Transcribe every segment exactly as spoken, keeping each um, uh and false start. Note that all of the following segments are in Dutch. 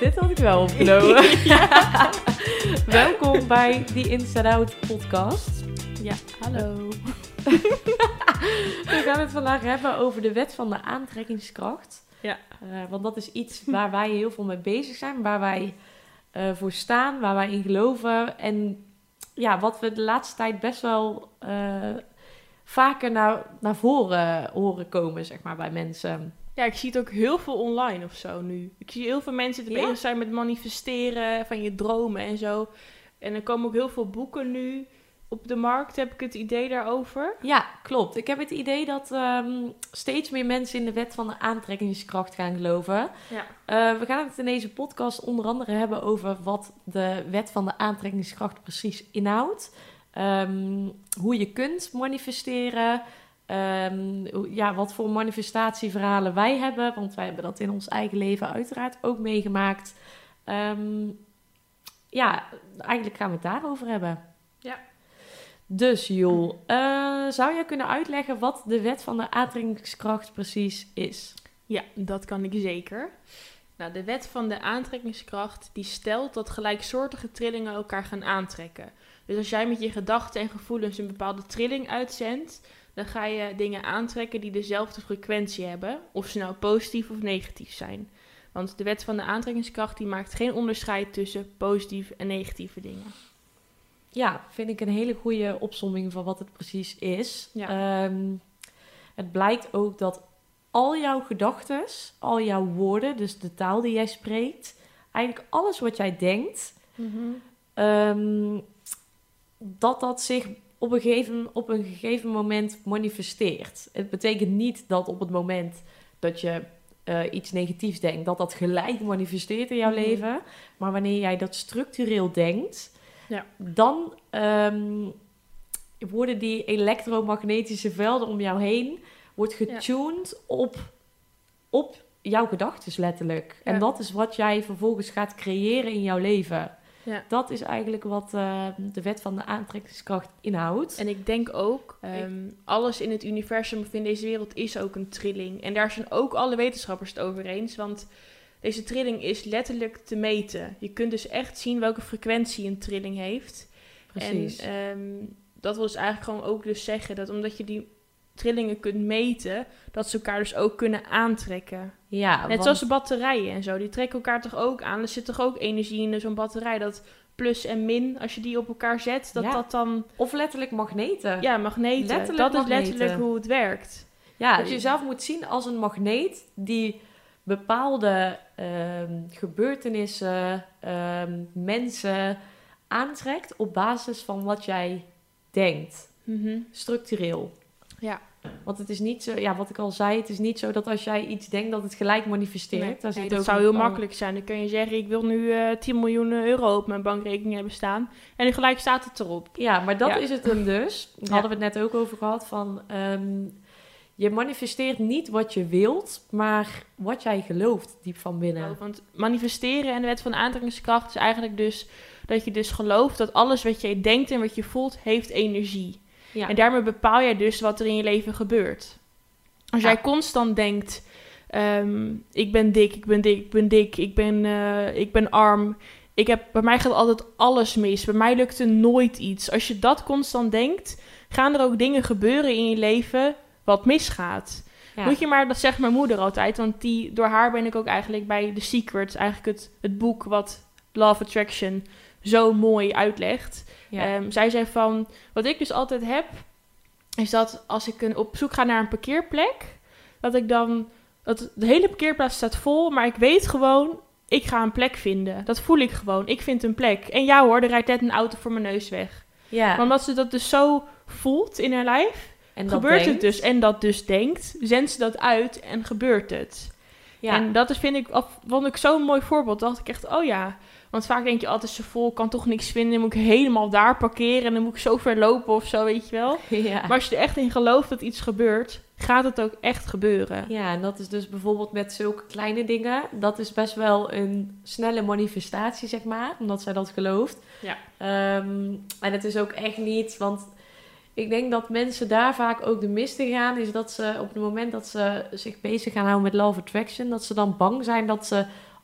dit had ik wel opgenomen. Ja. Welkom bij die Inside Out podcast. Ja, hallo. We gaan het vandaag hebben over de wet van de aantrekkingskracht. Ja. Uh, want dat is iets waar wij heel veel mee bezig zijn, waar wij uh, voor staan, waar wij in geloven. En ja, wat we de laatste tijd best wel uh, vaker naar, naar voren horen komen, zeg maar, bij mensen. Ja, ik zie het ook heel veel online of zo nu. Ik zie heel veel mensen die Ja? bezig zijn met manifesteren van je dromen en zo. En er komen ook heel veel boeken nu op de markt, heb ik het idee daarover. Ja, klopt. Ik heb het idee dat um, steeds meer mensen in de wet van de aantrekkingskracht gaan geloven. Ja. Uh, we gaan het in deze podcast onder andere hebben over wat de wet van de aantrekkingskracht precies inhoudt. Um, hoe je kunt manifesteren. Um, ja, wat voor manifestatieverhalen wij hebben. Want wij hebben dat in ons eigen leven uiteraard ook meegemaakt. Um, ja, eigenlijk gaan we het daarover hebben. Ja. Dus Joel, uh, zou jij kunnen uitleggen wat de wet van de aantrekkingskracht precies is? Ja, dat kan ik zeker. Nou, de wet van de aantrekkingskracht die stelt dat gelijksoortige trillingen elkaar gaan aantrekken. Dus als jij met je gedachten en gevoelens een bepaalde trilling uitzendt, dan ga je dingen aantrekken die dezelfde frequentie hebben, of ze nou positief of negatief zijn. Want de wet van de aantrekkingskracht die maakt geen onderscheid tussen positieve en negatieve dingen. Ja, vind ik een hele goede opsomming van wat het precies is. Ja. Um, het blijkt ook dat al jouw gedachten, al jouw woorden, dus de taal die jij spreekt, eigenlijk alles wat jij denkt, Mm-hmm. um, dat dat zich op een, gegeven, op een gegeven moment manifesteert. Het betekent niet dat op het moment dat je uh, iets negatiefs denkt, dat dat gelijk manifesteert in jouw Mm-hmm. leven. Maar wanneer jij dat structureel denkt, Ja. dan um, worden die elektromagnetische velden om jou heen wordt getuned ja. op, op jouw gedachten letterlijk. Ja. En dat is wat jij vervolgens gaat creëren in jouw leven. Ja. Dat is eigenlijk wat uh, de wet van de aantrekkingskracht inhoudt. En ik denk ook, um, alles in het universum of in deze wereld is ook een trilling. En daar zijn ook alle wetenschappers het over eens, want deze trilling is letterlijk te meten. Je kunt dus echt zien welke frequentie een trilling heeft. Precies. En um, dat wil dus eigenlijk gewoon ook dus zeggen dat omdat je die trillingen kunt meten, dat ze elkaar dus ook kunnen aantrekken. Ja, Net want zoals de batterijen en zo, die trekken elkaar toch ook aan. Er zit toch ook energie in zo'n batterij, dat plus en min, als je die op elkaar zet, dat ja. dat dan... Of letterlijk magneten. Ja, magneten. Letterlijk dat magneten. is letterlijk hoe het werkt. Ja, dat je jezelf moet zien als een magneet die bepaalde um, gebeurtenissen, um, mensen aantrekt op basis van wat jij denkt. Mm-hmm. Structureel. Ja. Want het is niet zo, ja, wat ik al zei, het is niet zo dat als jij iets denkt dat het gelijk manifesteert. Nee, Daar nee, zit dat ook zou een heel bepaald... makkelijk zijn. Dan kun je zeggen, ik wil nu uh, tien miljoen euro op mijn bankrekening hebben staan. En nu gelijk staat het erop. Ja, maar dat ja. is het hem dus. Daar ja. hadden we het net ook over gehad. Van, um, je manifesteert niet wat je wilt, maar wat jij gelooft diep van binnen. Oh, want manifesteren en de wet van de aantrekkingskracht is eigenlijk dus dat je dus gelooft dat alles wat je denkt en wat je voelt, heeft energie. Ja. En daarmee bepaal jij dus wat er in je leven gebeurt. Als ja. jij constant denkt, um, ik ben dik, ik ben dik, ik ben dik, ik ben, uh, ik ben arm. Ik heb, bij mij gaat altijd alles mis. Bij mij lukt er nooit iets. Als je dat constant denkt, gaan er ook dingen gebeuren in je leven wat misgaat. Ja. Moet je maar, dat zegt mijn moeder altijd, want die, door haar ben ik ook eigenlijk bij The Secret, eigenlijk het, het boek wat Law of Attraction zo mooi uitlegt. Ja. Um, zij zei van, wat ik dus altijd heb, is dat als ik een, op zoek ga naar een parkeerplek, dat ik dan, dat de hele parkeerplaats staat vol, maar ik weet gewoon, ik ga een plek vinden. Dat voel ik gewoon, ik vind een plek. En ja hoor, er rijdt net een auto voor mijn neus weg. Ja. Maar omdat ze dat dus zo voelt in haar lijf, en gebeurt denkt. het dus. En dat dus denkt, zendt ze dat uit en gebeurt het. Ja. En dat is, vind ik, vond ik zo'n mooi voorbeeld. Dacht ik echt, oh ja. Want vaak denk je altijd zo vol, kan toch niks vinden. Dan moet ik helemaal daar parkeren en dan moet ik zo ver lopen of zo, weet je wel. Ja. Maar als je er echt in gelooft dat iets gebeurt, gaat het ook echt gebeuren. Ja, en dat is dus bijvoorbeeld met zulke kleine dingen. Dat is best wel een snelle manifestatie, zeg maar. Omdat zij dat gelooft. Ja. Um, en het is ook echt niet, want ik denk dat mensen daar vaak ook de mist in gaan, is dat ze op het moment dat ze zich bezig gaan houden met Law of Attraction, dat ze dan bang zijn dat ze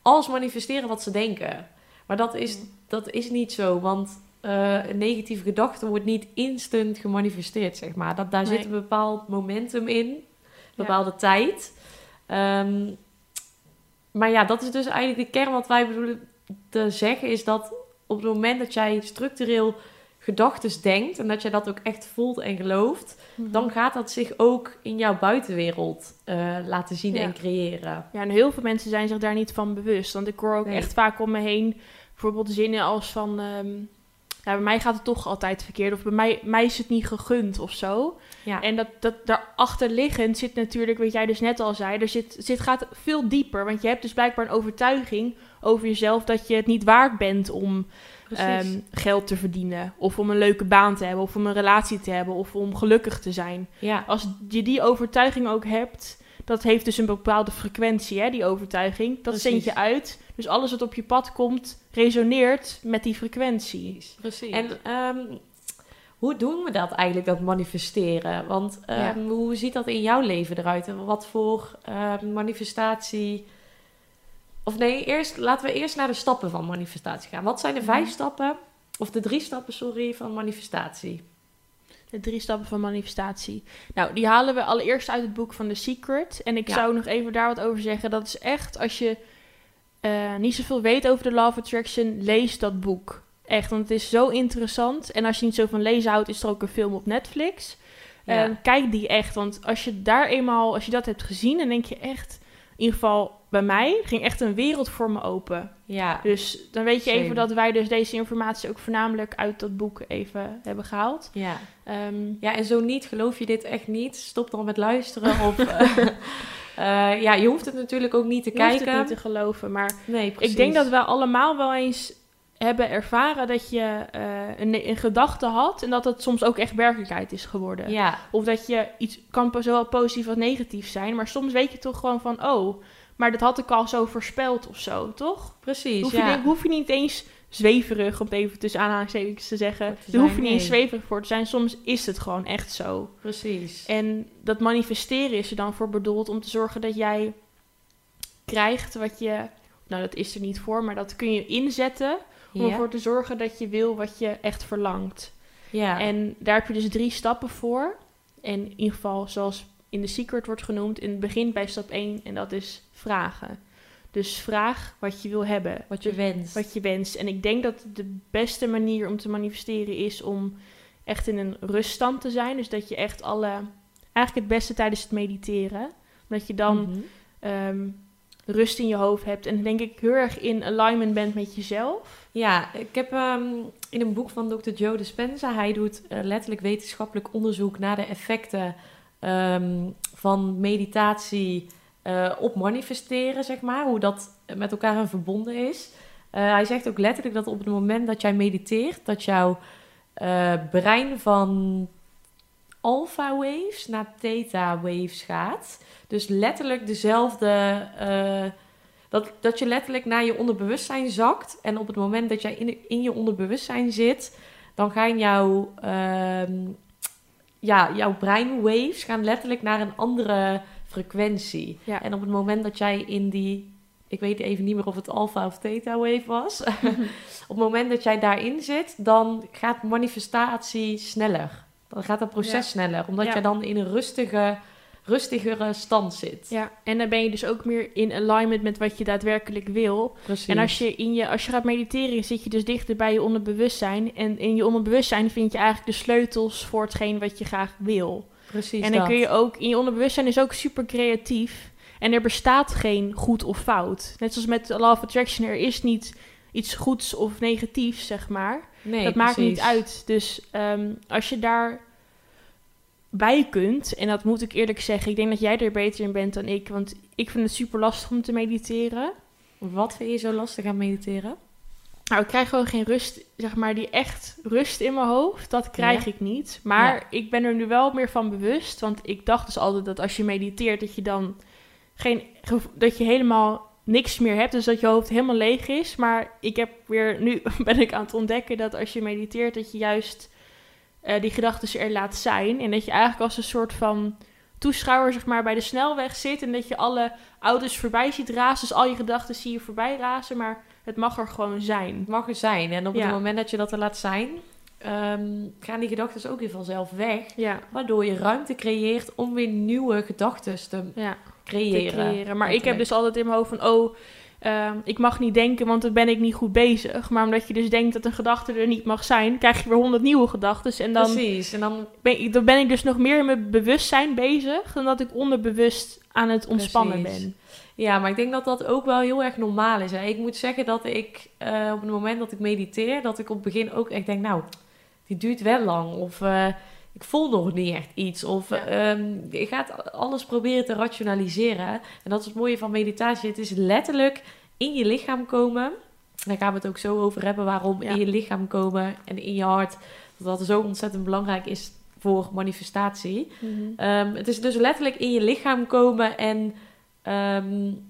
alles manifesteren wat ze denken. Maar dat is, dat is niet zo, want uh, een negatieve gedachte wordt niet instant gemanifesteerd, zeg maar. Dat, daar Nee. zit een bepaald momentum in, een bepaalde Ja. tijd. Um, maar ja, dat is dus eigenlijk de kern wat wij bedoelen te zeggen, is dat op het moment dat jij structureel gedachtes denkt en dat jij dat ook echt voelt en gelooft, Mm-hmm. dan gaat dat zich ook in jouw buitenwereld uh, laten zien Ja. en creëren. Ja, en heel veel mensen zijn zich daar niet van bewust. Want ik hoor ook Nee. echt vaak om me heen bijvoorbeeld zinnen als van... Um, ja, bij mij gaat het toch altijd verkeerd. Of bij mij, mij is het niet gegund of zo. Ja. En dat, dat daarachter liggend zit natuurlijk, wat jij dus net al zei... er zit, zit gaat veel dieper. Want je hebt dus blijkbaar een overtuiging over jezelf... dat je het niet waard bent om um, geld te verdienen. Of om een leuke baan te hebben. Of om een relatie te hebben. Of om gelukkig te zijn. Ja. Als je die overtuiging ook hebt... Dat heeft dus een bepaalde frequentie, hè, die overtuiging. Dat Precies. zend je uit. Dus alles wat op je pad komt, resoneert met die frequentie. Precies. En um, hoe doen we dat eigenlijk, dat manifesteren? Want um, ja. hoe ziet dat in jouw leven eruit? En wat voor um, manifestatie... Of nee, eerst, laten we eerst naar de stappen van manifestatie gaan. Wat zijn de vijf Ja. stappen, of de drie stappen, sorry, van manifestatie? De drie stappen van manifestatie. Nou, die halen we allereerst uit het boek van The Secret. En ik Ja. zou nog even daar wat over zeggen. Dat is echt, als je uh, niet zoveel weet over de Law of Attraction, lees dat boek. Echt, want het is zo interessant. En als je niet zo van lezen houdt, is er ook een film op Netflix. Ja. Uh, kijk die echt, want als je daar eenmaal, als je dat hebt gezien, dan denk je echt, in ieder geval bij mij, ging echt een wereld voor me open. Ja. Dus dan weet je Same. even dat wij dus deze informatie ook voornamelijk uit dat boek even hebben gehaald. Ja. Um, ja, en zo niet, geloof je dit echt niet, stop dan met luisteren. Of, uh, uh, ja, je hoeft het natuurlijk ook niet te je kijken. hoeft het niet te geloven, maar nee, precies. ik denk dat we allemaal wel eens hebben ervaren dat je uh, een, een gedachte had en dat het soms ook echt werkelijkheid is geworden. Ja. Of dat je iets, kan zowel positief als negatief zijn, maar soms weet je toch gewoon van, oh, maar dat had ik al zo voorspeld of zo, toch? Precies, hoef, ja. je, hoef je niet eens zweverig, om het even tussen aanhalingstekens te zeggen, te daar hoef je zijn, niet eens nee. zweverig voor te zijn. Soms is het gewoon echt zo. Precies. En dat manifesteren is er dan voor bedoeld om te zorgen dat jij krijgt wat je, nou dat is er niet voor, maar dat kun je inzetten om Ja. ervoor te zorgen dat je wil wat je echt verlangt. Ja. En daar heb je dus drie stappen voor. En in ieder geval, zoals in The Secret wordt genoemd, in het begin bij stap één, en dat is vragen. Dus vraag wat je wil hebben. Wat je wenst. Wat je wenst. En ik denk dat de beste manier om te manifesteren is om echt in een ruststand te zijn. Dus dat je echt alle, eigenlijk het beste tijdens het mediteren. Omdat je dan Mm-hmm. um, rust in je hoofd hebt. En denk ik heel erg in alignment bent met jezelf. Ja, ik heb um, in een boek van dokter Joe Dispenza, hij doet uh, letterlijk wetenschappelijk onderzoek naar de effecten um, van meditatie uh, op manifesteren, zeg maar. Hoe dat met elkaar aan verbonden is. Uh, hij zegt ook letterlijk dat op het moment dat jij mediteert, dat jouw uh, brein van alpha waves naar theta waves gaat. Dus letterlijk dezelfde... Uh, dat, dat je letterlijk naar je onderbewustzijn zakt. En op het moment dat jij in, in je onderbewustzijn zit, dan gaan jouw, uh, ja, jouw breinwaves gaan letterlijk naar een andere frequentie. Ja. En op het moment dat jij in die... Ik weet even niet meer of het alpha of theta wave was. Op het moment dat jij daarin zit, dan gaat manifestatie sneller. Dan gaat dat proces Ja. sneller. Omdat Ja. jij dan in een rustige, rustigere stand zit. Ja, en dan ben je dus ook meer in alignment met wat je daadwerkelijk wil. Precies. En als je, in je, als je gaat mediteren, zit je dus dichter bij je onderbewustzijn. En in je onderbewustzijn vind je eigenlijk de sleutels voor hetgeen wat je graag wil. Precies en dan dat. kun je ook, in je onderbewustzijn is ook super creatief. En er bestaat geen goed of fout. Net zoals met Law of Attraction, er is niet iets goeds of negatiefs, zeg maar. Nee, dat maakt precies. niet uit. Dus um, als je daar bij kunt, en dat moet ik eerlijk zeggen, ik denk dat jij er beter in bent dan ik, want ik vind het super lastig om te mediteren. Wat vind je zo lastig aan mediteren? Nou, ik krijg gewoon geen rust, zeg maar, die echt rust in mijn hoofd. Dat krijg Ja. ik niet. Maar Ja. ik ben er nu wel meer van bewust, want ik dacht dus altijd dat als je mediteert, dat je dan geen, dat je helemaal niks meer hebt, dus dat je hoofd helemaal leeg is. Maar ik heb weer, nu ben ik aan het ontdekken dat als je mediteert, dat je juist uh, die gedachten er laat zijn. En dat je eigenlijk als een soort van toeschouwer zeg maar bij de snelweg zit en dat je alle auto's voorbij ziet razen. Dus al je gedachten zie je voorbij razen, maar het mag er gewoon zijn. Het mag er zijn. En op Ja. het moment dat je dat er laat zijn, um, gaan die gedachten ook weer vanzelf weg. Ja, Waardoor je ruimte creëert om weer nieuwe gedachten te ja. creëren. te creëren. Maar ik heb Letterlijk. dus altijd in mijn hoofd van, oh, uh, ik mag niet denken, want dan ben ik niet goed bezig. Maar omdat je dus denkt dat een gedachte er niet mag zijn, krijg je weer honderd nieuwe gedachten. En dan Precies. En dan ben, ik, dan ben ik dus nog meer in mijn bewustzijn bezig, dan dat ik onderbewust aan het ontspannen Precies. ben. Ja, maar ik denk dat dat ook wel heel erg normaal is. Hè? Ik moet zeggen dat ik uh, op het moment dat ik mediteer, dat ik op het begin ook echt denk, nou, die duurt wel lang. Of uh, ik voel nog niet echt iets. Of Ja. um, je gaat alles proberen te rationaliseren. En dat is het mooie van meditatie. Het is letterlijk in je lichaam komen. Daar gaan we het ook zo over hebben, waarom Ja. in je lichaam komen en in je hart. Dat dat zo ontzettend belangrijk is voor manifestatie. Mm-hmm. Um, het is dus letterlijk in je lichaam komen en um,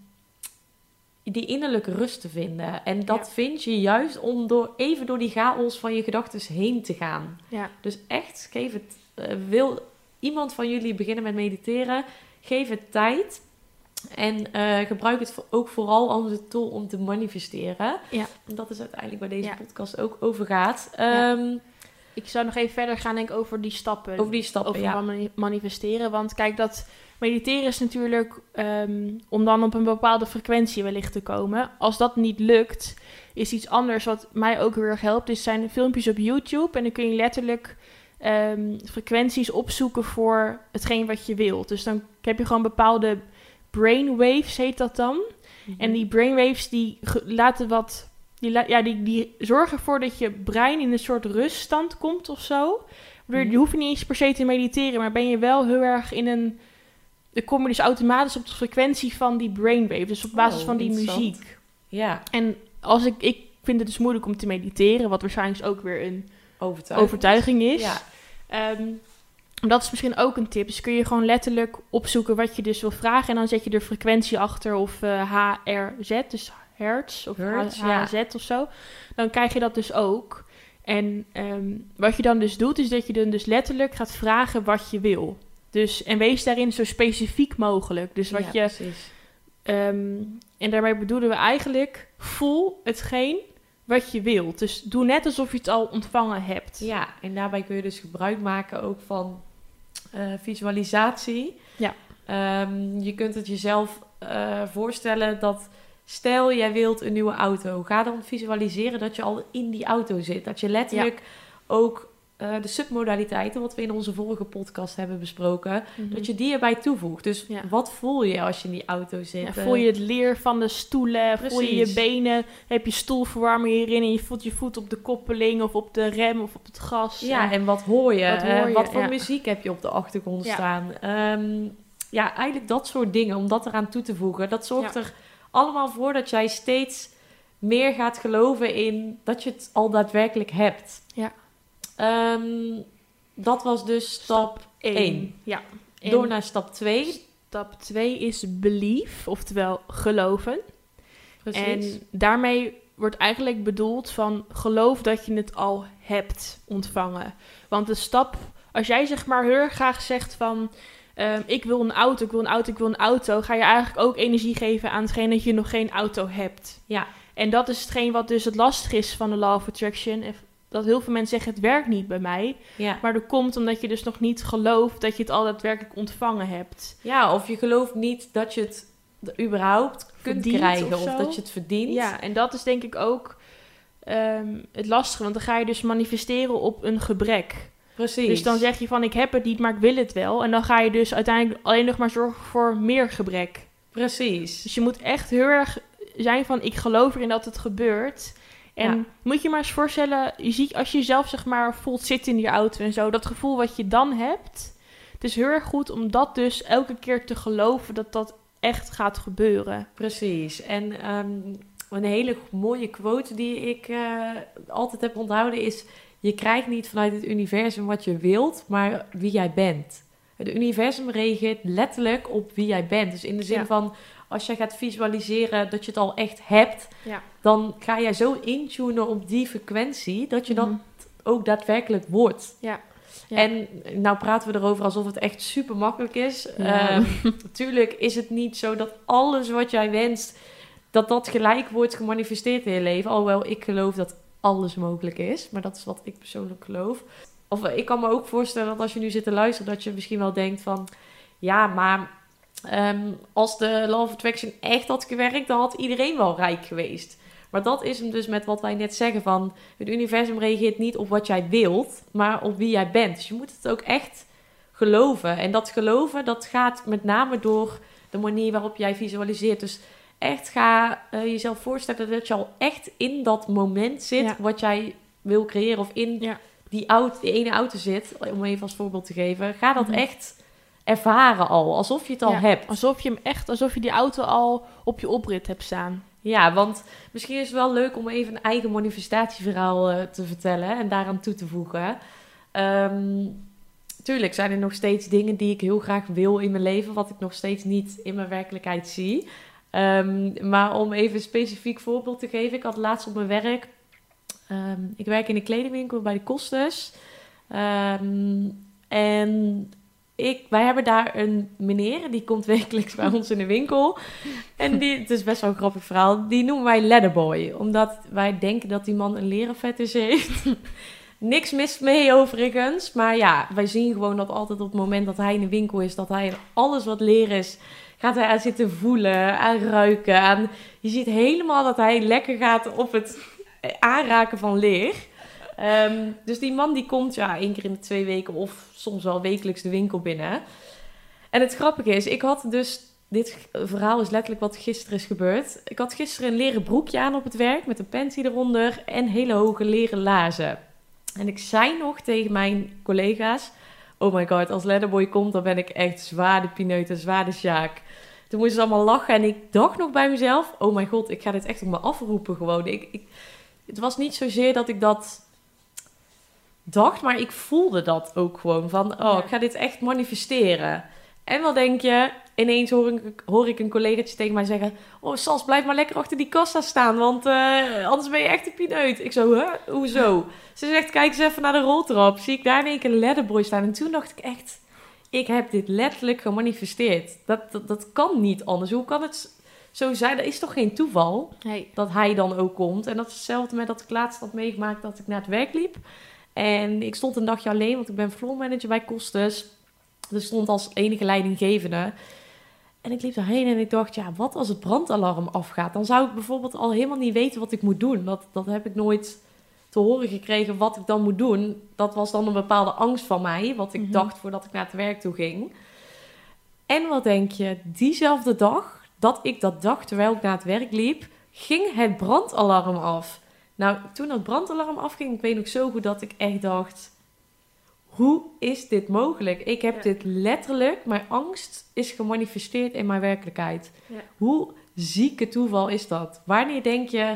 die innerlijke rust te vinden. En dat Ja. vind je juist om door, even door die chaos van je gedachten heen te gaan. Ja. Dus echt, geef het... Uh, wil iemand van jullie beginnen met mediteren? Geef het tijd. En uh, gebruik het voor, ook vooral als een tool om te manifesteren. Ja. En dat is uiteindelijk waar deze Ja. podcast ook over gaat. Um, Ja. Ik zou nog even verder gaan denk ik over die stappen. Over die stappen, over ja. mani- manifesteren. Want kijk, dat mediteren is natuurlijk um, om dan op een bepaalde frequentie wellicht te komen. Als dat niet lukt, is iets anders wat mij ook heel erg helpt. Is zijn filmpjes op YouTube. En dan kun je letterlijk um, frequenties opzoeken voor hetgeen wat je wilt. Dus dan heb je gewoon bepaalde brainwaves, heet dat dan. Mm-hmm. En die brainwaves die ge- laten wat... Die, la- ja, die, die zorgen ervoor dat je brein in een soort ruststand komt of zo. Waardoor, je hoeft niet eens per se te mediteren, maar ben je wel heel erg in een... Dan kom je dus automatisch op de frequentie van die brainwave. Dus op basis Oh, van die interessant. muziek. Ja, En als ik, ik vind het dus moeilijk om te mediteren, wat waarschijnlijk ook weer een overtuiging. overtuiging is. Ja. Um, dat is misschien ook een tip. Dus kun je gewoon letterlijk opzoeken wat je dus wil vragen. En dan zet je er frequentie achter of uh, H R Z, dus hertz of Hertz, H Z ja. of zo. Dan krijg je dat dus ook. En um, wat je dan dus doet, is dat je dan dus letterlijk gaat vragen wat je wil. Dus, en wees daarin zo specifiek mogelijk. Dus wat ja, je... precies. Um, en daarmee bedoelen we eigenlijk, voel hetgeen wat je wilt. Dus doe net alsof je het al ontvangen hebt. Ja, en daarbij kun je dus gebruik maken ook van uh, visualisatie. Ja. Um, je kunt het jezelf uh, voorstellen dat... Stel, jij wilt een nieuwe auto. Ga dan visualiseren dat je al in die auto zit. Dat je letterlijk ja. ook uh, de submodaliteiten... wat we in onze vorige podcast hebben besproken... Mm-hmm. dat je die erbij toevoegt. Dus ja. wat voel je als je in die auto zit? Ja, voel je het leer van de stoelen? Precies. Voel je je benen? Heb je stoelverwarming hierin? En je voelt je voet op de koppeling of op de rem of op het gas? Ja, en, en wat hoor je? Wat, hoor je? Uh, wat voor ja. muziek heb je op de achtergrond ja. staan? Um, ja, eigenlijk dat soort dingen. Om dat eraan toe te voegen. Dat zorgt ja. er... allemaal voor dat jij steeds meer gaat geloven in dat je het al daadwerkelijk hebt. Ja. Um, dat was dus stap één. Ja. En door naar stap twee. Stap twee is belief, oftewel geloven. Precies. En daarmee wordt eigenlijk bedoeld van geloof dat je het al hebt ontvangen. Want de stap, als jij zeg maar heel erg graag zegt van... Um, ik wil een auto, ik wil een auto, ik wil een auto... ga je eigenlijk ook energie geven aan hetgeen dat je nog geen auto hebt. Ja. En dat is hetgeen wat dus het lastig is van de Law of Attraction. Dat heel veel mensen zeggen, het werkt niet bij mij. Ja. Maar dat komt omdat je dus nog niet gelooft dat je het al daadwerkelijk ontvangen hebt. Ja, of je gelooft niet dat je het überhaupt kunt Verdient krijgen. of Of zo. dat je het verdient. Ja, en dat is denk ik ook um, het lastige. Want dan ga je dus manifesteren op een gebrek. Precies. Dus dan zeg je van, ik heb het niet, maar ik wil het wel. En dan ga je dus uiteindelijk alleen nog maar zorgen voor meer gebrek. Precies. Dus je moet echt heel erg zijn van, ik geloof erin dat het gebeurt. En ja. moet je maar eens voorstellen, je ziet, als je jezelf zeg maar voelt zitten in die auto en zo, dat gevoel wat je dan hebt. Het is heel erg goed om dat dus elke keer te geloven dat dat echt gaat gebeuren. Precies. En um, een hele mooie quote die ik uh, altijd heb onthouden is... Je krijgt niet vanuit het universum wat je wilt, maar wie jij bent. Het universum reageert letterlijk op wie jij bent. Dus in de zin ja. van, als jij gaat visualiseren dat je het al echt hebt... Ja. dan ga jij zo intunen op die frequentie... dat je mm-hmm. dat ook daadwerkelijk wordt. Ja. Ja. En nou praten we erover alsof het echt super makkelijk is. Ja. Um, natuurlijk is het niet zo dat alles wat jij wenst, dat dat gelijk wordt gemanifesteerd in je leven. Alhoewel ik geloof dat alles mogelijk is. Maar dat is wat ik persoonlijk geloof. Of ik kan me ook voorstellen dat als je nu zit te luisteren, dat je misschien wel denkt van, ja, maar um, als de Law of Attraction echt had gewerkt, dan had iedereen wel rijk geweest. Maar dat is hem dus met wat wij net zeggen van, het universum reageert niet op wat jij wilt, maar op wie jij bent. Dus je moet het ook echt geloven. En dat geloven, dat gaat met name door de manier waarop jij visualiseert. Dus echt ga uh, jezelf voorstellen dat je al echt in dat moment zit, Ja. wat jij wil creëren. Of in Ja. die, auto, die ene auto zit, om even als voorbeeld te geven. Ga dat Mm-hmm. echt ervaren al, alsof je het al Ja, hebt. Alsof je hem echt, alsof je die auto al op je oprit hebt staan. Ja, want misschien is het wel leuk om even een eigen manifestatieverhaal uh, te vertellen en daaraan toe te voegen. Um, tuurlijk zijn er nog steeds dingen die ik heel graag wil in mijn leven, wat ik nog steeds niet in mijn werkelijkheid zie. Um, maar om even een specifiek voorbeeld te geven, ik had laatst op mijn werk, um, ik werk in een kledingwinkel bij de Kostes. Um, en Ik, wij hebben daar een meneer, die komt wekelijks bij ons in de winkel. En die, het is best wel een grappig verhaal, die noemen wij Leatherboy. Omdat wij denken dat die man een leren fetish heeft. Niks mis mee overigens. Maar ja, wij zien gewoon dat altijd op het moment dat hij in de winkel is, dat hij alles wat leer is, gaat hij aan zitten voelen, aan ruiken. Aan, je ziet helemaal dat hij lekker gaat op het aanraken van leer. Um, dus die man die komt ja één keer in de twee weken of soms wel wekelijks de winkel binnen. En het grappige is, ik had dus, dit verhaal is letterlijk wat gisteren is gebeurd. Ik had gisteren een leren broekje aan op het werk met een panty eronder en hele hoge leren laarzen. En ik zei nog tegen mijn collega's, oh my god, als Leatherboy komt, dan ben ik echt zwaar de pineut en zwaar de sjaak. Toen moesten ze allemaal lachen en ik dacht nog bij mezelf, oh my god, ik ga dit echt op me afroepen gewoon. Ik, ik, het was niet zozeer dat ik dat dacht, maar ik voelde dat ook gewoon van, oh, Ja. ik ga dit echt manifesteren. En wat denk je? Ineens hoor ik, hoor ik een collegaatje tegen mij zeggen, oh Sas, blijf maar lekker achter die kassa staan, want uh, anders ben je echt een pineut. Ik zo, huh? Hoezo? Ze zegt, kijk eens even naar de roltrap. Zie ik daar in één keer een Leatherboy staan. En toen dacht ik echt, ik heb dit letterlijk gemanifesteerd. Dat, dat, dat kan niet anders. Hoe kan het zo zijn? Dat is toch geen toeval Nee. dat hij dan ook komt? En dat is hetzelfde met dat ik laatst had meegemaakt dat ik naar het werk liep. En ik stond een dagje alleen, want ik ben floor manager bij Kostes. Dus stond als enige leidinggevende. En ik liep daarheen en ik dacht, ja, wat als het brandalarm afgaat? Dan zou ik bijvoorbeeld al helemaal niet weten wat ik moet doen. Dat, dat heb ik nooit te horen gekregen wat ik dan moet doen. Dat was dan een bepaalde angst van mij, wat ik Mm-hmm. dacht voordat ik naar het werk toe ging. En wat denk je, diezelfde dag dat ik dat dacht terwijl ik naar het werk liep, ging het brandalarm af. Nou, toen dat brandalarm afging, ik weet nog zo goed dat ik echt dacht, hoe is dit mogelijk? Ik heb Ja. dit letterlijk, mijn angst is gemanifesteerd in mijn werkelijkheid. Ja. Hoe zieke toeval is dat? Wanneer denk je,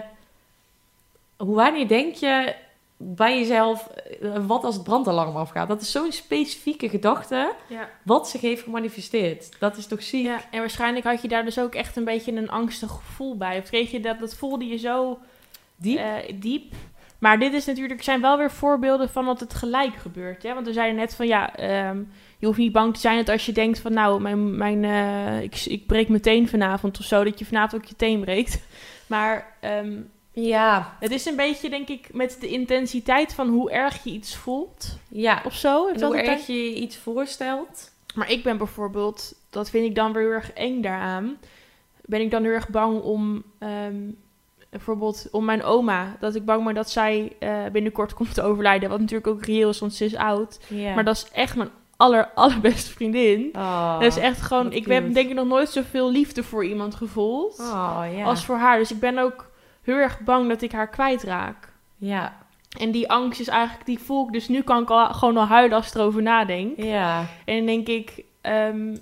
hoe wanneer denk je bij jezelf, uh, wat als het brandalarm afgaat? Dat is zo'n specifieke gedachte, Ja. wat zich heeft gemanifesteerd. Dat is toch ziek? Ja, en waarschijnlijk had je daar dus ook echt een beetje een angstig gevoel bij. Of kreeg je dat, dat voelde je zo Diep? eh, diep. Maar dit is natuurlijk, zijn wel weer voorbeelden van dat het gelijk gebeurt. Hè? Want we zeiden net van ja, um, je hoeft niet bang te zijn dat als je denkt van nou, mijn, mijn, uh, ik, ik breek mijn teen vanavond of zo, dat je vanavond ook je teen breekt. Maar um, Ja. het is een beetje, denk ik, met de intensiteit van hoe erg je iets voelt Ja. of zo. Heeft En dat hoe een erg tijd- je je iets voorstelt. Maar ik ben bijvoorbeeld, dat vind ik dan weer heel erg eng daaraan, ben ik dan heel erg bang om, um, bijvoorbeeld om mijn oma, dat ik bang ben dat zij uh, binnenkort komt te overlijden, wat natuurlijk ook reëel is, want ze is oud. Ja. Maar dat is echt mijn aller, allerbeste vriendin. Oh, dat is echt gewoon, wat ik cute. heb denk ik nog nooit zoveel liefde voor iemand gevoeld Oh, ja. als voor haar. Dus ik ben ook heel erg bang dat ik haar kwijtraak. Ja. En die angst is eigenlijk, die voel ik, dus nu kan ik al, gewoon al huilen als ik erover nadenk. Ja. En dan denk ik, um,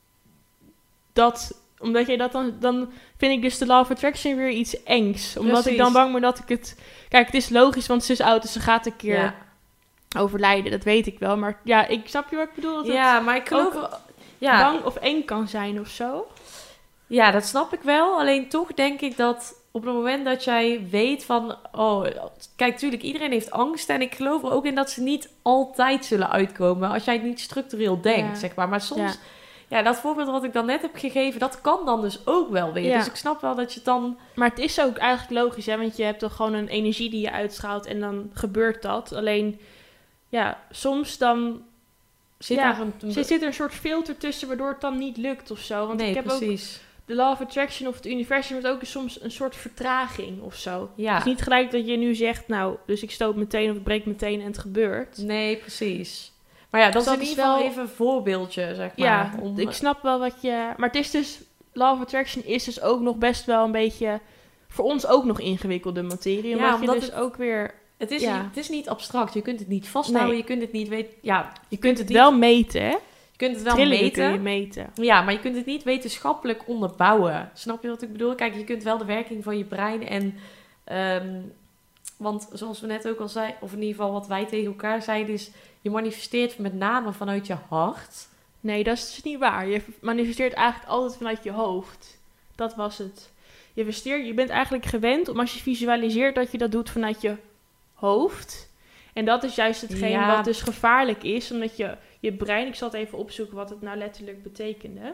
dat, omdat jij dat dan, dan vind ik dus de Law of Attraction weer iets engs. Omdat Precies. ik dan bang ben dat ik het, kijk, het is logisch, want ze is oud, dus ze gaat een keer Ja. overlijden, dat weet ik wel. Maar ja, ik snap je wat ik bedoel, dat het Ja, maar ik geloof... ook ja. bang of eng kan zijn of zo. Ja, dat snap ik wel. Alleen toch denk ik dat op het moment dat jij weet van... Oh, kijk, tuurlijk, iedereen heeft angst. En ik geloof er ook in dat ze niet altijd zullen uitkomen. Als jij het niet structureel denkt, Ja. zeg maar. Maar soms... Ja. Ja, dat voorbeeld wat ik dan net heb gegeven, dat kan dan dus ook wel weer. Ja. Dus ik snap wel dat je het dan... Maar het is ook eigenlijk logisch, hè? Want je hebt toch gewoon een energie die je uitstraalt en dan gebeurt dat. Alleen, ja, soms dan Zit ja, daar een... zit, zit er een soort filter tussen waardoor het dan niet lukt of zo. Want nee, ik heb precies. ook de Law of Attraction of het universum heeft ook soms een soort vertraging of zo. Ja. Het is niet gelijk dat je nu zegt, nou, dus ik stoot meteen of ik breek meteen en het gebeurt. Nee, precies. Maar ja, dat Dus is dat in is ieder geval wel- even een voorbeeldje, zeg maar. Ja, om... ik snap wel wat je... Maar het is dus... Law of Attraction is dus ook nog best wel een beetje... Voor ons ook nog ingewikkelde materie. Ja, Omdat, omdat je dus het- ook weer... Het is, Ja. niet, het is niet abstract. Je kunt het niet vasthouden. Nee. Je kunt het niet weten. Ja, Je kunt het niet- wel meten, hè? je kunt het wel Trillingen meten. kun je meten. Ja, maar je kunt het niet wetenschappelijk onderbouwen. Snap je wat ik bedoel? Kijk, je kunt wel de werking van je brein en... ehm, want zoals we net ook al zeiden, of in ieder geval wat wij tegen elkaar zeiden, is... Je manifesteert met name vanuit je hart. Nee, dat is dus niet waar. Je manifesteert eigenlijk altijd vanuit je hoofd. Dat was het. Je, manifesteert, je bent eigenlijk gewend om als je visualiseert dat je dat doet vanuit je hoofd. En dat is juist hetgeen Ja. wat dus gevaarlijk is. Omdat je, je brein... Ik zal het even opzoeken wat het nou letterlijk betekende.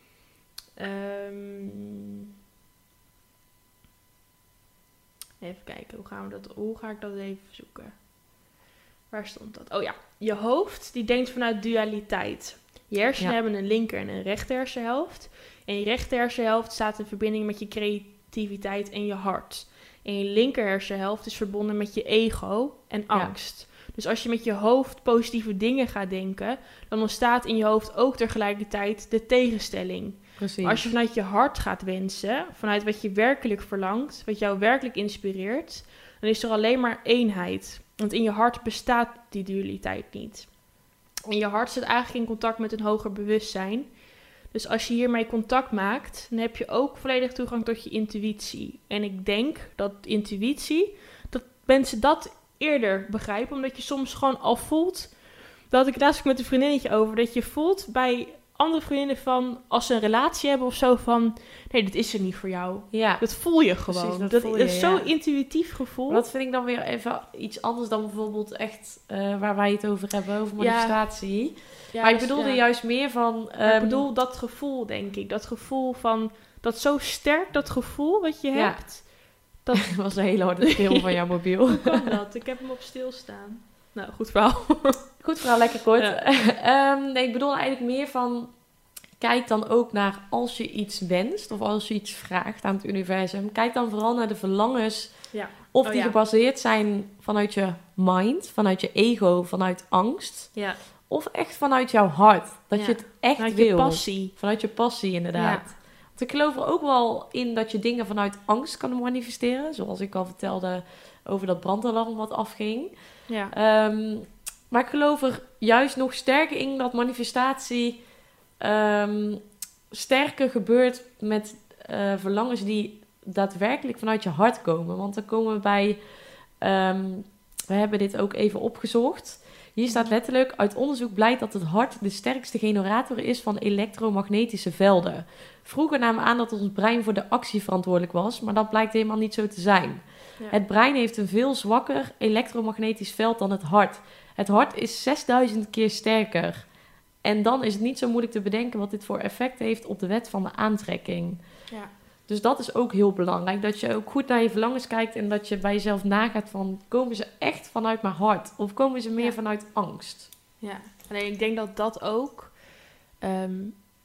Ehm, even kijken, hoe, gaan we dat, hoe ga ik dat even zoeken? Waar stond dat? Oh ja, je hoofd die denkt vanuit dualiteit. Je hersenen Ja. hebben een linker en een rechter hersenhelft. En je rechter hersenhelft staat in verbinding met je creativiteit en je hart. En je linker hersenhelft is verbonden met je ego en angst. Dus als je met je hoofd positieve dingen gaat denken, dan ontstaat in je hoofd ook tegelijkertijd de tegenstelling. Precies. Maar als je vanuit je hart gaat wensen, vanuit wat je werkelijk verlangt, wat jou werkelijk inspireert, dan is er alleen maar eenheid. Want in je hart bestaat die dualiteit niet. En je hart zit eigenlijk in contact met een hoger bewustzijn. Dus als je hiermee contact maakt, dan heb je ook volledig toegang tot je intuïtie. En ik denk dat intuïtie, dat mensen dat eerder begrijpen. Omdat je soms gewoon al voelt, dat had ik laatst ook met een vriendinnetje over, dat je voelt bij andere vriendinnen van, als ze een relatie hebben of zo van, nee, dit is er niet voor jou. Ja. Dat voel je gewoon. Precies, dat dat voel je, is zo'n ja. intuïtief gevoel. Maar dat vind ik dan weer even iets anders dan bijvoorbeeld echt eh, waar wij het over hebben, over manifestatie. Ja, maar ik dus, bedoelde ja. juist meer van... Maar ik ehm, bedoel dat gevoel, denk ik. Dat gevoel van, dat zo sterk, dat gevoel wat je Ja. hebt. Dat Het was een hele harde schreeuw van jouw mobiel. Hoe kan dat? Ik heb hem op stilstaan. Nou, goed verhaal. Goed verhaal, lekker kort. Ja. Ehm, nee, ik bedoel eigenlijk meer van... Kijk dan ook naar als je iets wenst of als je iets vraagt aan het universum. Kijk dan vooral naar de verlangens. Ja. Of Oh, die ja. gebaseerd zijn vanuit je mind, vanuit je ego, vanuit angst. Ja. Of echt vanuit jouw hart. Dat Ja. je het echt Vanuit wil. je passie. Vanuit je passie, inderdaad. Ja. Want ik geloof er ook wel in dat je dingen vanuit angst kan manifesteren. Zoals ik al vertelde over dat brandalarm wat afging. Ja. Ehm, maar ik geloof er juist nog sterker in dat manifestatie ehm, sterker gebeurt met eh, verlangens die daadwerkelijk vanuit je hart komen. Want dan komen we bij... ehm, we hebben dit ook even opgezocht. Hier staat letterlijk, uit onderzoek blijkt dat het hart de sterkste generator is van elektromagnetische velden. Vroeger namen we aan dat ons brein voor de actie verantwoordelijk was, maar dat blijkt helemaal niet zo te zijn. Ja. Het brein heeft een veel zwakker elektromagnetisch veld dan het hart. Het hart is zesduizend keer sterker. En dan is het niet zo moeilijk te bedenken wat dit voor effect heeft op de wet van de aantrekking. Ja. Dus dat is ook heel belangrijk. Dat je ook goed naar je verlangens kijkt en dat je bij jezelf nagaat van... komen ze echt vanuit mijn hart? Of komen ze meer Ja. vanuit angst? Ja. Alleen ik denk dat dat ook ehm,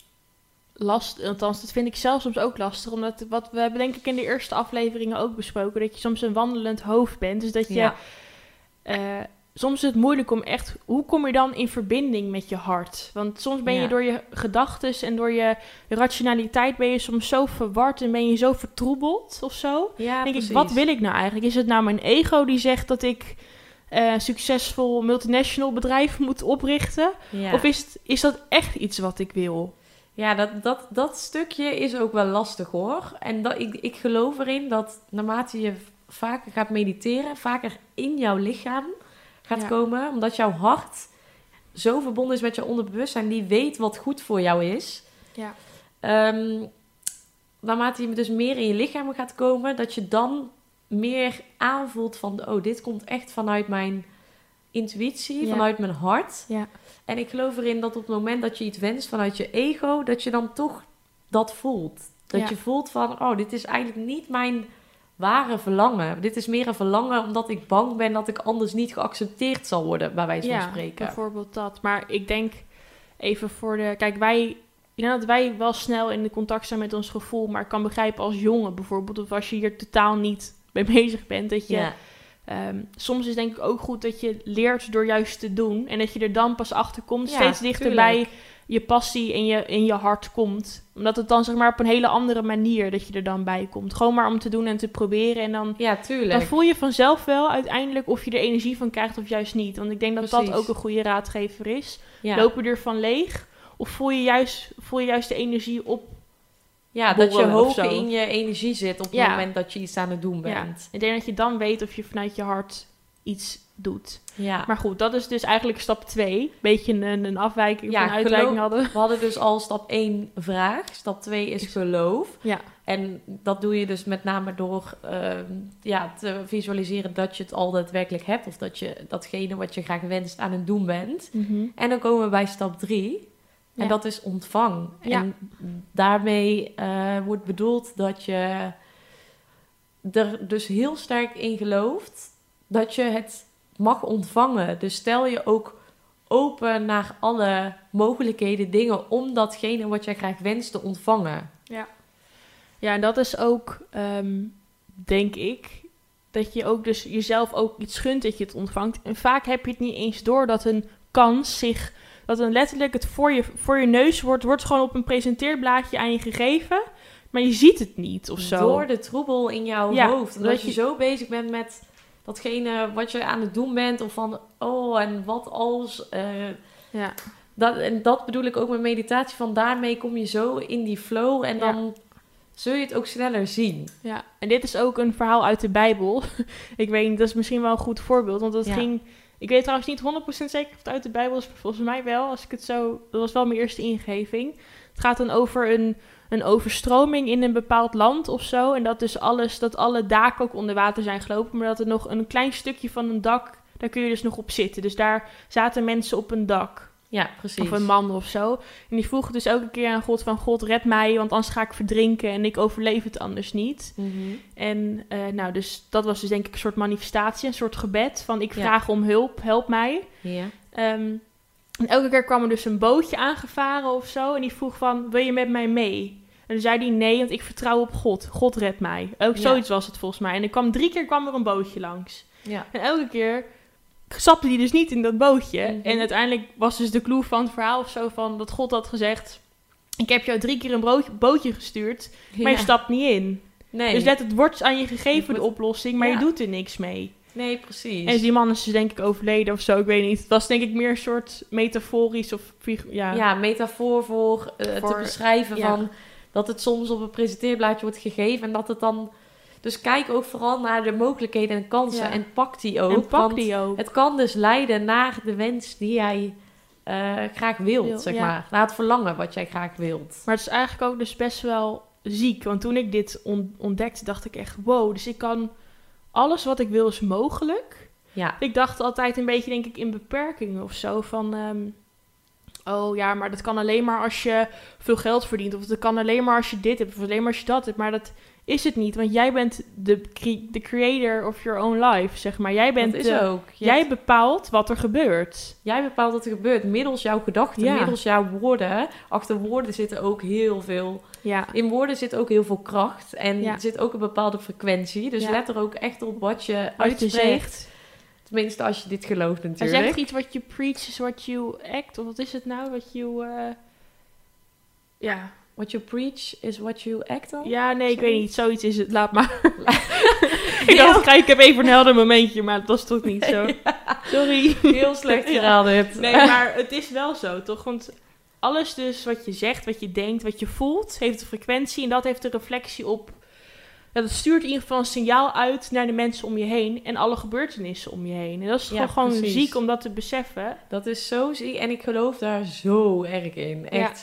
last, althans dat vind ik zelf soms ook lastig, omdat wat we hebben denk ik in de eerste afleveringen ook besproken, dat je soms een wandelend hoofd bent, dus dat je Ja. eh, soms is het moeilijk om echt, hoe kom je dan in verbinding met je hart? Want soms ben je Ja. door je gedachtes en door je rationaliteit ben je soms zo verward en ben je zo vertroebeld of zo. Ja, denk precies. ik, wat wil ik nou eigenlijk? Is het nou mijn ego die zegt dat ik eh, een succesvol multinational bedrijf moet oprichten? Ja. Of is, het, is dat echt iets wat ik wil? Ja, dat, dat, dat stukje is ook wel lastig hoor. En dat, ik, ik geloof erin dat naarmate je vaker gaat mediteren, vaker in jouw lichaam gaat Ja. komen. Omdat jouw hart zo verbonden is met je onderbewustzijn, die weet wat goed voor jou is. Ja. Ehm, naarmate je dus meer in je lichaam gaat komen, dat je dan meer aanvoelt van, oh, dit komt echt vanuit mijn intuïtie, Ja. vanuit mijn hart. Ja. En ik geloof erin dat op het moment dat je iets wenst vanuit je ego, dat je dan toch dat voelt. Dat Ja. je voelt van, oh, dit is eigenlijk niet mijn ware verlangen. Dit is meer een verlangen omdat ik bang ben dat ik anders niet geaccepteerd zal worden, bij wijze van Ja, spreken. bijvoorbeeld dat. Maar ik denk even voor de... Kijk, wij... Ik denk dat wij wel snel in de contact staan met ons gevoel. Maar ik kan begrijpen als jongen bijvoorbeeld, of als je hier totaal niet mee bezig bent, dat je... Ja. Um, soms is denk ik ook goed dat je leert door juist te doen. En dat je er dan pas achter komt, Ja, steeds dichter tuurlijk. bij je passie en je, in je hart komt. Omdat het dan zeg maar op een hele andere manier dat je er dan bij komt. Gewoon maar om te doen en te proberen. En dan, Ja, tuurlijk. dan voel je vanzelf wel uiteindelijk of je er energie van krijgt of juist niet. Want ik denk dat Precies. dat ook een goede raadgever is. Ja. Loop je ervan leeg? Of voel je juist, voel je juist de energie op? Ja, dat je borrelen of hoger zo. in je energie zit op het Ja. moment dat je iets aan het doen Ja. bent. Ik denk dat je dan weet of je vanuit je hart iets doet. Ja. Maar goed, dat is dus eigenlijk stap twee. Beetje een, een afwijking Ja, van uitwijking geloof- hadden. We hadden dus al stap één vraag. Stap twee is geloof. Ja, En dat doe je dus met name door ehm, ja, te visualiseren dat je het al daadwerkelijk hebt. Of dat je datgene wat je graag wenst aan het doen bent. En dan komen we bij stap drie. En Ja. dat is ontvang. Ja. En daarmee eh, wordt bedoeld dat je er dus heel sterk in gelooft dat je het mag ontvangen. Dus stel je ook open naar alle mogelijkheden, dingen om datgene wat jij graag wenst te ontvangen. ja. Ja, en dat is ook, ehm, denk ik, dat je ook dus jezelf ook iets gunt dat je het ontvangt. En vaak heb je het niet eens door dat een kans zich, dat een letterlijk het voor je, voor je neus wordt, wordt gewoon op een presenteerblaadje aan je gegeven, maar je ziet het niet of zo. Door de troebel in jouw Ja, hoofd. Omdat dat je je- zo bezig bent met datgene wat je aan het doen bent. Of van, oh, en wat als... eh, Ja. dat, en dat bedoel ik ook met meditatie. Van daarmee kom je zo in die flow. En Ja. dan zul je het ook sneller zien. Ja, en dit is ook een verhaal uit de Bijbel. Ik weet niet, dat is misschien wel een goed voorbeeld. Want dat Ja. ging... Ik weet trouwens niet honderd procent zeker of het uit de Bijbel is. Maar volgens mij wel, als ik het zo... Dat was wel mijn eerste ingeving. Het gaat dan over een, een overstroming in een bepaald land of zo. En dat dus alles, dat alle daken ook onder water zijn gelopen. Maar dat er nog een klein stukje van een dak, daar kun je dus nog op zitten. Dus daar zaten mensen op een dak. Ja, precies. Of een man of zo. En die vroegen dus elke keer aan God van... God, red mij, want anders ga ik verdrinken... en ik overleef het anders niet. Mhm. En uh, nou, dus dat was dus denk ik een soort manifestatie... een soort gebed van... ik Ja. vraag om hulp, help mij. Ja. Um, en elke keer kwam er dus een bootje aangevaren of zo... en die vroeg van, wil je met mij mee? En dan zei hij nee, want ik vertrouw op God. God redt mij. Ook Ja. zoiets was het volgens mij. En er kwam drie keer kwam er een bootje langs. Ja. En elke keer stapte hij dus niet in dat bootje. Mhm. En uiteindelijk was dus de clue van het verhaal of zo van... dat God had gezegd... ik heb jou drie keer een broodje, bootje gestuurd... maar je Ja. stapt niet in. Nee. Dus let, het wordt aan je gegeven, de moet- oplossing... maar Ja. je doet er niks mee. Nee, precies. En die man is dus denk ik overleden of zo, ik weet niet. Het was denk ik meer een soort metaforisch of... figu- Ja, Ja, metafoor voor, eh, te Voor- beschrijven ja. van dat het soms op een presenteerblaadje wordt gegeven en dat het dan... Dus kijk ook vooral naar de mogelijkheden en kansen Ja. en pak die ook. en pak want die ook. het kan dus leiden naar de wens die jij eh, graag wilt, Wil, zeg ja. maar. Naar het verlangen wat jij graag wilt. Maar het is eigenlijk ook dus best wel ziek. Want toen ik dit on- ontdekte, dacht ik echt... wow, dus ik kan... alles wat ik wil is mogelijk. Ja, Ik dacht altijd een beetje, denk ik, in beperkingen of zo. Van, ehm, oh ja, maar dat kan alleen maar als je veel geld verdient. Of dat kan alleen maar als je dit hebt. Of alleen maar als je dat hebt. Maar dat is het niet. Want jij bent de, cre- de creator of your own life, zeg maar. Jij bent dat is de- ook. Je Jij hebt- bepaalt wat er gebeurt. jij bepaalt wat er gebeurt middels jouw gedachten, Ja. middels jouw woorden. Achter woorden zitten ook heel veel... Ja, In woorden zit ook heel veel kracht en Ja. er zit ook een bepaalde frequentie. Dus Ja. let er ook echt op wat je wat je uitspreekt. zegt. Tenminste, als je dit gelooft Hij natuurlijk. zegt iets wat je preach is what you act. Of wat is het nou? Wat you... eh, Ja. What you preach is what you act on. Ja, nee, ik Zoiets? weet niet. Zoiets is het. Laat maar. ik dacht, kijk, ik heb even een helder momentje, maar dat was toch niet zo. Sorry. Heel slecht Ja. geraden dit. Nee, maar het is wel zo, toch? Want alles dus wat je zegt, wat je denkt, wat je voelt, heeft een frequentie. En dat heeft een reflectie op... Ja, dat stuurt in ieder geval een signaal uit naar de mensen om je heen. En alle gebeurtenissen om je heen. En dat is Ja, gewoon, gewoon precies. ziek om dat te beseffen. Dat is zo ziek en ik geloof daar zo erg in. Echt.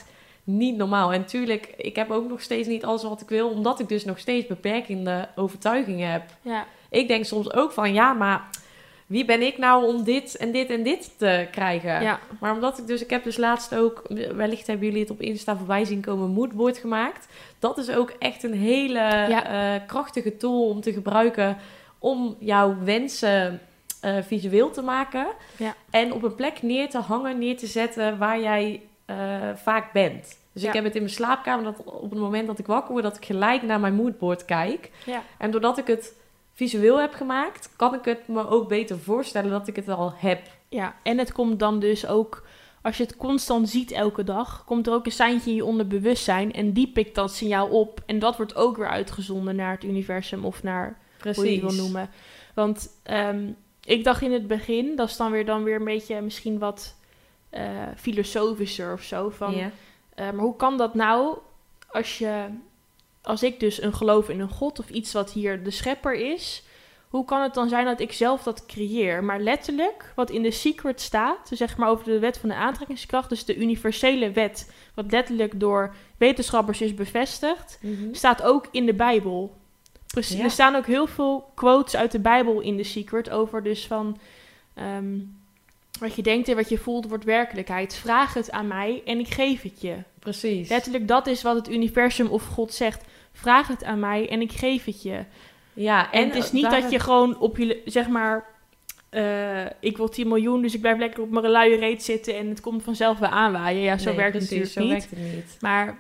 niet normaal. En tuurlijk, ik heb ook nog steeds niet alles wat ik wil, omdat ik dus nog steeds beperkende overtuigingen heb. Ja. Ik denk soms ook van, ja, maar wie ben ik nou om dit en dit en dit te krijgen? Ja. Maar omdat ik dus, ik heb dus laatst ook, wellicht hebben jullie het op Insta voorbij zien komen, een moodboard gemaakt. Dat is ook echt een hele Ja. uh, krachtige tool om te gebruiken om jouw wensen uh, visueel te maken. Ja. En op een plek neer te hangen, neer te zetten waar jij uh, vaak bent. Dus Ja. ik heb het in mijn slaapkamer, dat op het moment dat ik wakker word, dat ik gelijk naar mijn moodboard kijk. Ja. En doordat ik het visueel heb gemaakt, kan ik het me ook beter voorstellen dat ik het al heb. Ja, en het komt dan dus ook, als je het constant ziet elke dag, komt er ook een seintje in je onderbewustzijn en die pikt dat signaal op. En dat wordt ook weer uitgezonden naar het universum of naar Precies. hoe je het wil noemen. Want um, ik dacht in het begin, dat is dan weer, dan weer een beetje misschien wat uh, filosofischer of zo. Van, Ja. uh, maar hoe kan dat nou als je... Als ik dus een geloof in een god of iets wat hier de schepper is, hoe kan het dan zijn dat ik zelf dat creëer? Maar letterlijk, wat in The Secret staat, dus zeg maar over de wet van de aantrekkingskracht, dus de universele wet, wat letterlijk door wetenschappers is bevestigd, Mm-hmm. staat ook in de Bijbel. Precies, Ja. Er staan ook heel veel quotes uit de Bijbel in The Secret over dus van... Um, wat je denkt en wat je voelt wordt werkelijkheid. Vraag het aan mij en ik geef het je. Precies. Letterlijk, dat is wat het universum of God zegt. Vraag het aan mij en ik geef het je. Ja, En, en het is niet daar... dat je gewoon op je, zeg maar... Uh, ik wil tien miljoen, dus ik blijf lekker op mijn luie reet zitten en het komt vanzelf weer aanwaaien. Ja, zo nee, werkt het precies, natuurlijk zo niet. Werkt het niet. Maar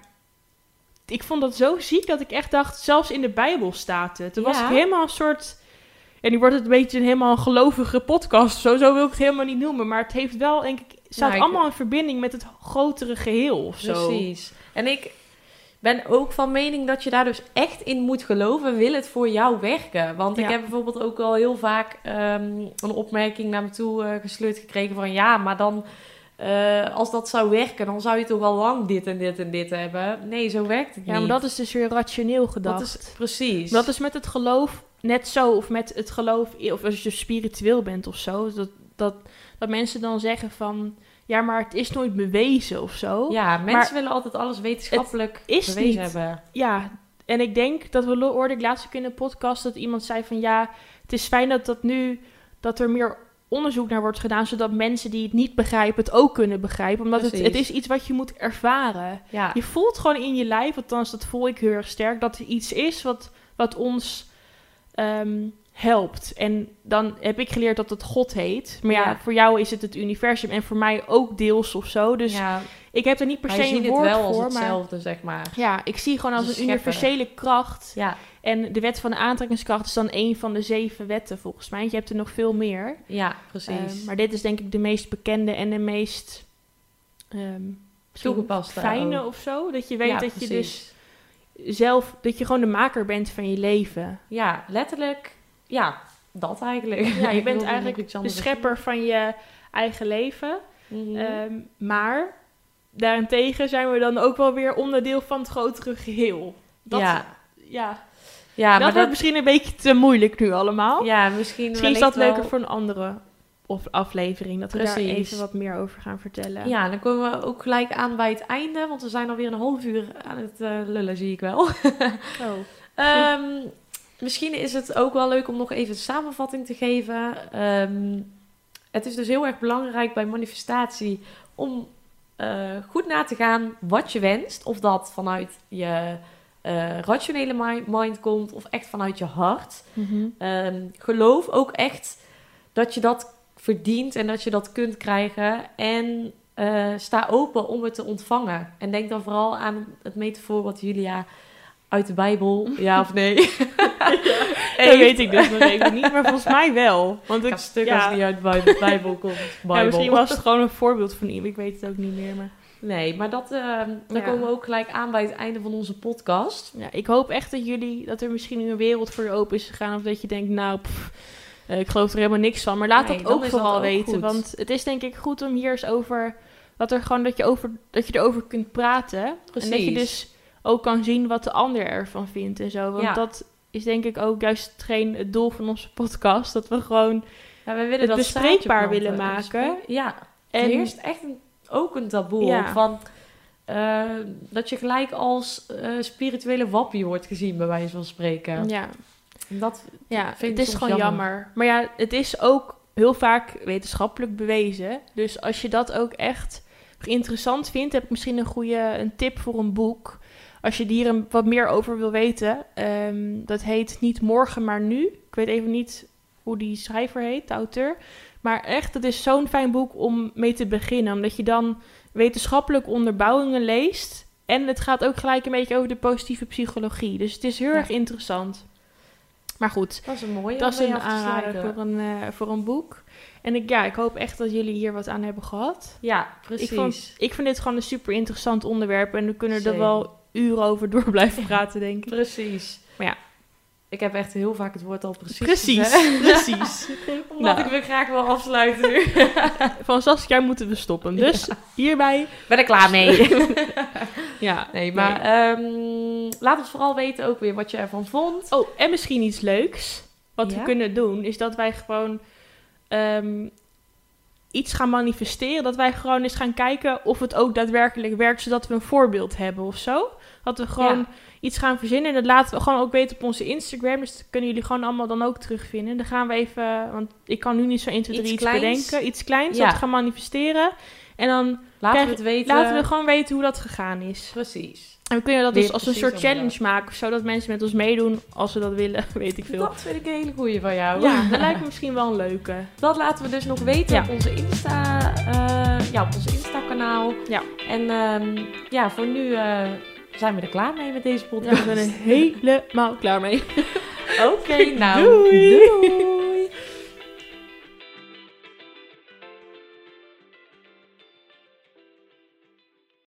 ik vond dat zo ziek dat ik echt dacht, zelfs in de Bijbel staat het. Toen Ja. was ik helemaal een soort... En nu wordt het een beetje een helemaal een gelovige podcast. Zo, zo wil ik het helemaal niet noemen. Maar het heeft wel, denk ik... Het staat Nou, ik... allemaal in verbinding met het grotere geheel of zo. Precies. En ik ben ook van mening dat je daar dus echt in moet geloven. Wil het voor jou werken? Want Ja. ik heb bijvoorbeeld ook al heel vaak um, een opmerking naar me toe uh, gesleurd gekregen van... Ja, maar dan... Uh, als dat zou werken, dan zou je toch al lang dit en dit en dit hebben. Nee, zo werkt het Ja, niet. maar dat is dus weer rationeel gedacht. Dat is precies. Dat is met het geloof net zo. Of met het geloof, of als je spiritueel bent of zo. Dat, dat, dat mensen dan zeggen van... Ja, maar het is nooit bewezen of zo. Ja, mensen maar willen altijd alles wetenschappelijk is bewezen niet, hebben. Ja, en ik denk dat we hoorde ik laatst ook in een podcast dat iemand zei van... Ja, het is fijn dat dat nu... Dat er meer onderzoek naar wordt gedaan, zodat mensen die het niet begrijpen het ook kunnen begrijpen. Omdat het, het is iets wat je moet ervaren. Ja. Je voelt gewoon in je lijf, althans dat voel ik heel erg sterk, dat er iets is wat, wat ons um, helpt. En dan heb ik geleerd dat het God heet. Maar ja, ja, voor jou is het het universum en voor mij ook deels of zo. Dus ja. ik heb er niet per se een woord voor. Je ziet het wel voor, als hetzelfde, maar, zeg maar. Ja, ik zie gewoon als dus een universele kracht. Ja. En de wet van de aantrekkingskracht is dan een van de zeven wetten volgens mij. Je hebt er nog veel meer. Ja, precies. Uh, maar dit is denk ik de meest bekende en de meest um, toegepaste fijne ook. of zo. Dat je weet ja, dat precies. je dus zelf, dat je gewoon de maker bent van je leven. Ja, letterlijk. Ja, dat eigenlijk. Ja, je bent eigenlijk de schepper van je eigen leven. Mm-hmm. Um, maar daarentegen zijn we dan ook wel weer onderdeel van het grotere geheel. Dat, ja. Ja. Ja, dat maar wordt dat... misschien een beetje te moeilijk nu allemaal. Ja, misschien Misschien is dat wel... leuker voor een andere of aflevering. Dat we Precies. daar even wat meer over gaan vertellen. Ja, dan komen we ook gelijk aan bij het einde. Want we zijn alweer een half uur aan het uh, lullen, zie ik wel. Oh. um, misschien is het ook wel leuk om nog even een samenvatting te geven. Um, het is dus heel erg belangrijk bij manifestatie om uh, goed na te gaan wat je wenst. Of dat vanuit je uh, rationele mind komt of echt vanuit je hart. Mm-hmm. Um, geloof ook echt dat je dat verdient en dat je dat kunt krijgen. En uh, sta open om het te ontvangen. En denk dan vooral aan het metafoor wat Julia uit de Bijbel, ja of nee? Ja, dat weet ik dus nog even niet, maar volgens mij wel. Want ik ga stuk ja. als die uit de Bijbel komt. Bijbel. Ja, misschien was het gewoon een voorbeeld van iemand, ik weet het ook niet meer. Maar... Nee, maar dat, uh, dan ja. komen we ook gelijk aan bij het einde van onze podcast. Ja, ik hoop echt dat jullie, dat er misschien een wereld voor je open is gegaan, of dat je denkt, nou, pff, uh, ik geloof er helemaal niks van. Maar laat nee, dat ook vooral dat ook weten, goed. want het is denk ik goed om hier eens over, dat er gewoon dat je over, dat je erover kunt praten. Precies. En dat je dus ook kan zien wat de ander ervan vindt en zo. Want ja. dat is denk ik ook juist hetgeen het doel van onze podcast. Dat we gewoon ja, we willen het dat bespreekbaar planten. willen maken. Ja, en er heerst echt een, ook een taboe ja. op van... uh, dat je gelijk als uh, spirituele wappie wordt gezien, bij wijze van spreken. Ja, Dat ja vind ik het is soms gewoon jammer. jammer. Maar ja, het is ook heel vaak wetenschappelijk bewezen. Dus als je dat ook echt interessant vindt, heb ik misschien een goede een tip voor een boek. Als je hier een, wat meer over wil weten. Um, dat heet Niet Morgen, maar Nu. Ik weet even niet hoe die schrijver heet, de auteur. Maar echt, het is zo'n fijn boek om mee te beginnen. Omdat je dan wetenschappelijke onderbouwingen leest. En het gaat ook gelijk een beetje over de positieve psychologie. Dus het is heel ja. erg interessant. Maar goed, dat is een mooie. Dat is een aanrader voor een, uh, voor een boek. En ik, ja, ik hoop echt dat jullie hier wat aan hebben gehad. Ja, precies. Ik, vond, ik vind dit gewoon een super interessant onderwerp. En we kunnen Zee. er wel uren over door blijven praten, denk ik. Precies. Maar ja. Ik heb echt heel vaak het woord al precies Precies, gezegd. precies. Omdat nou. ik weer graag wil afsluiten nu. Van Saskia moeten we stoppen. Dus ja. hierbij... Ben ik klaar mee. ja. Nee, maar nee. Um, laat ons vooral weten ook weer wat je ervan vond. Oh, en misschien iets leuks. Wat ja? we kunnen doen, is dat wij gewoon... Um, iets gaan manifesteren. Dat wij gewoon eens gaan kijken of het ook daadwerkelijk werkt, zodat we een voorbeeld hebben of zo. Dat we gewoon ja. iets gaan verzinnen. En dat laten we gewoon ook weten op onze Instagram. Dus dat kunnen jullie gewoon allemaal dan ook terugvinden. Dan gaan we even, want ik kan nu niet zo één, twee, drie iets, iets bedenken. Iets kleins, ja. dat we gaan manifesteren. En dan laten krijg, we het weten. Laten we gewoon weten hoe dat gegaan is. Precies. En we kunnen dat dus als een soort challenge maken, zodat mensen met ons meedoen, als ze dat willen, weet ik veel. Dat vind ik een hele goeie van jou. Ja, dat lijkt me misschien wel een leuke. Dat laten we dus nog weten ja. op onze Insta, uh, ja, op onze Insta-kanaal. Ja. En um, ja, voor nu uh, zijn we er klaar mee met deze podcast. Ja, we zijn er helemaal klaar mee. Oké, okay, nou. Doei! Doei.